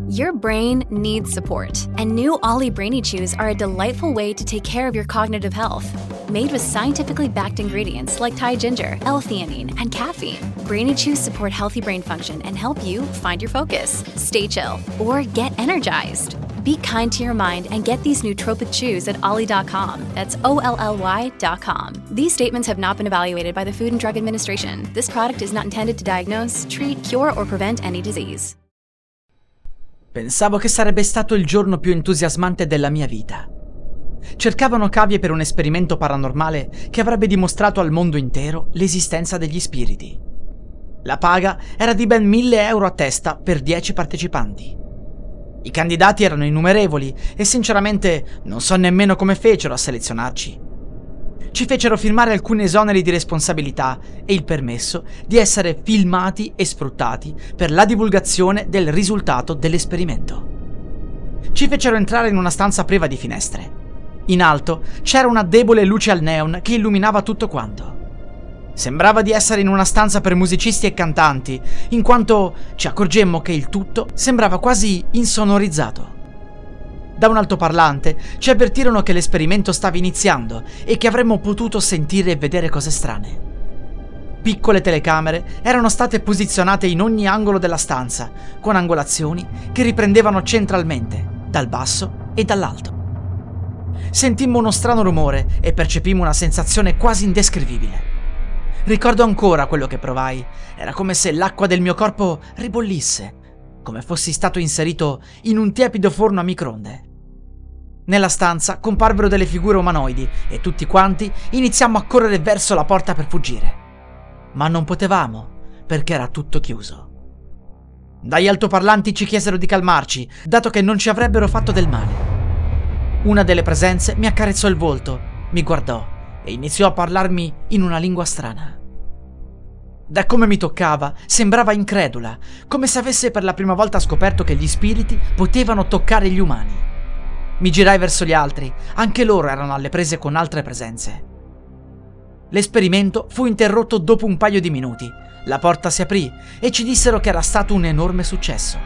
Your brain needs support, and new Ollie Brainy Chews are a delightful way to take care of your cognitive health. Made with scientifically backed ingredients like Thai ginger, L-theanine, and caffeine, Brainy Chews support healthy brain function and help you find your focus, stay chill, or get energized. Be kind to your mind and get these nootropic chews at ollie.com. That's OLLY.com. These statements have not been evaluated by the Food and Drug Administration. This product is not intended to diagnose, treat, cure, or prevent any disease. Pensavo che sarebbe stato il giorno più entusiasmante della mia vita. Cercavano cavie per un esperimento paranormale che avrebbe dimostrato al mondo intero l'esistenza degli spiriti. La paga era di ben 1.000 euro a testa per 10 partecipanti. I candidati erano innumerevoli e sinceramente non so nemmeno come fecero a selezionarci. Ci fecero firmare alcuni esoneri di responsabilità e il permesso di essere filmati e sfruttati per la divulgazione del risultato dell'esperimento. Ci fecero entrare in una stanza priva di finestre. In alto c'era una debole luce al neon che illuminava tutto quanto. Sembrava di essere in una stanza per musicisti e cantanti, in quanto ci accorgemmo che il tutto sembrava quasi insonorizzato. Da un altoparlante ci avvertirono che l'esperimento stava iniziando e che avremmo potuto sentire e vedere cose strane. Piccole telecamere erano state posizionate in ogni angolo della stanza, con angolazioni che riprendevano centralmente, dal basso e dall'alto. Sentimmo uno strano rumore e percepimmo una sensazione quasi indescrivibile. Ricordo ancora quello che provai. Era come se l'acqua del mio corpo ribollisse, come fossi stato inserito in un tiepido forno a microonde. Nella stanza comparvero delle figure umanoidi e tutti quanti iniziammo a correre verso la porta per fuggire. Ma non potevamo, perché era tutto chiuso. Dagli altoparlanti ci chiesero di calmarci, dato che non ci avrebbero fatto del male. Una delle presenze mi accarezzò il volto, mi guardò e iniziò a parlarmi in una lingua strana. Da come mi toccava, sembrava incredula, come se avesse per la prima volta scoperto che gli spiriti potevano toccare gli umani. Mi girai verso gli altri, anche loro erano alle prese con altre presenze. L'esperimento fu interrotto dopo un paio di minuti. La porta si aprì e ci dissero che era stato un enorme successo.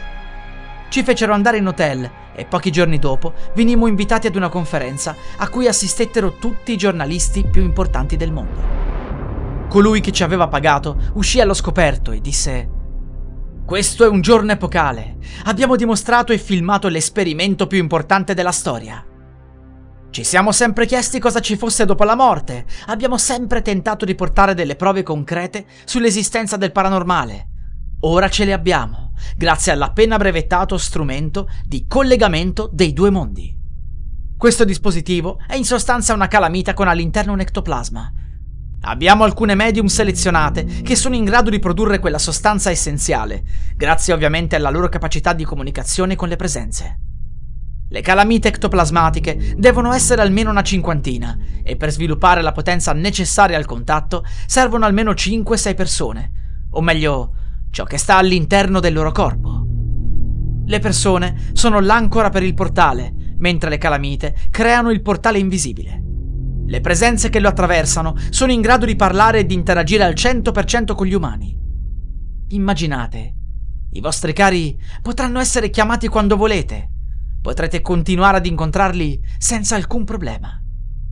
Ci fecero andare in hotel e pochi giorni dopo venimmo invitati ad una conferenza a cui assistettero tutti i giornalisti più importanti del mondo. Colui che ci aveva pagato uscì allo scoperto e disse: «Questo è un giorno epocale. Abbiamo dimostrato e filmato l'esperimento più importante della storia. Ci siamo sempre chiesti cosa ci fosse dopo la morte. Abbiamo sempre tentato di portare delle prove concrete sull'esistenza del paranormale. Ora ce le abbiamo, grazie all'appena brevettato strumento di collegamento dei due mondi. Questo dispositivo è in sostanza una calamita con all'interno un ectoplasma. Abbiamo alcune medium selezionate che sono in grado di produrre quella sostanza essenziale, grazie ovviamente alla loro capacità di comunicazione con le presenze. Le calamite ectoplasmatiche devono essere almeno una 50 e per sviluppare la potenza necessaria al contatto servono almeno 5-6 persone, o meglio, ciò che sta all'interno del loro corpo. Le persone sono l'ancora per il portale, mentre le calamite creano il portale invisibile. Le presenze che lo attraversano sono in grado di parlare e di interagire al 100% con gli umani. Immaginate, i vostri cari potranno essere chiamati quando volete. Potrete continuare ad incontrarli senza alcun problema.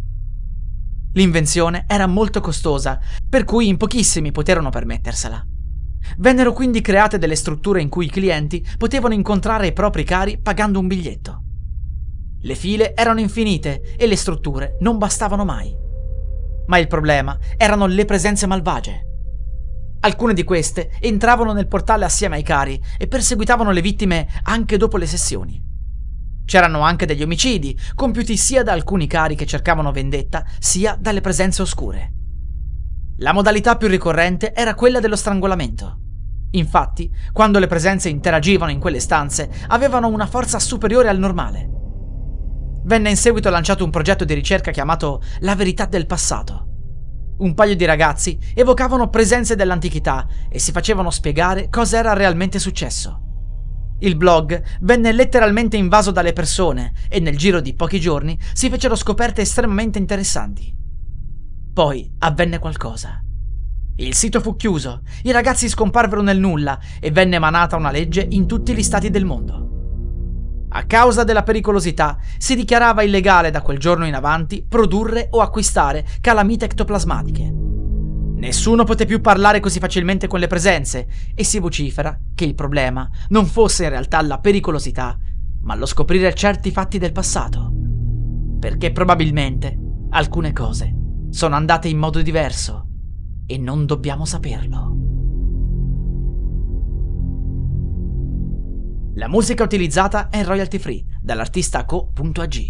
L'invenzione era molto costosa, per cui in pochissimi poterono permettersela. Vennero quindi create delle strutture in cui i clienti potevano incontrare i propri cari pagando un biglietto. Le file erano infinite e le strutture non bastavano mai. Ma il problema erano le presenze malvagie. Alcune di queste entravano nel portale assieme ai cari e perseguitavano le vittime anche dopo le sessioni. C'erano anche degli omicidi, compiuti sia da alcuni cari che cercavano vendetta, sia dalle presenze oscure. La modalità più ricorrente era quella dello strangolamento. Infatti, quando le presenze interagivano in quelle stanze, avevano una forza superiore al normale. Venne in seguito lanciato un progetto di ricerca chiamato La verità del passato. Un paio di ragazzi evocavano presenze dell'antichità e si facevano spiegare cosa era realmente successo. Il blog venne letteralmente invaso dalle persone e nel giro di pochi giorni si fecero scoperte estremamente interessanti. Poi avvenne qualcosa. Il sito fu chiuso, i ragazzi scomparvero nel nulla e venne emanata una legge in tutti gli stati del mondo. A causa della pericolosità, si dichiarava illegale da quel giorno in avanti produrre o acquistare calamite ectoplasmatiche. Nessuno poté più parlare così facilmente con le presenze e si vocifera che il problema non fosse in realtà la pericolosità, ma lo scoprire certi fatti del passato. Perché probabilmente alcune cose sono andate in modo diverso e non dobbiamo saperlo. La musica utilizzata è royalty free dall'artista co.ag.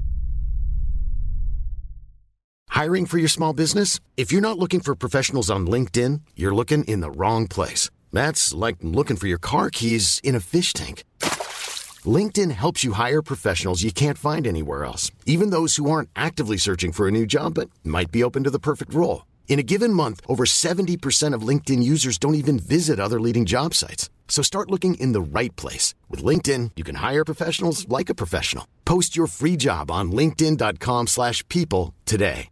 Hiring for your small business? If you're not looking for professionals on LinkedIn, you're looking in the wrong place. That's like looking for your car keys in a fish tank. LinkedIn helps you hire professionals you can't find anywhere else, even those who aren't actively searching for a new job but might be open to the perfect role. In a given month, over 70% of LinkedIn users don't even visit other leading job sites. So start looking in the right place. With LinkedIn, you can hire professionals like a professional. Post your free job on linkedin.com/people today.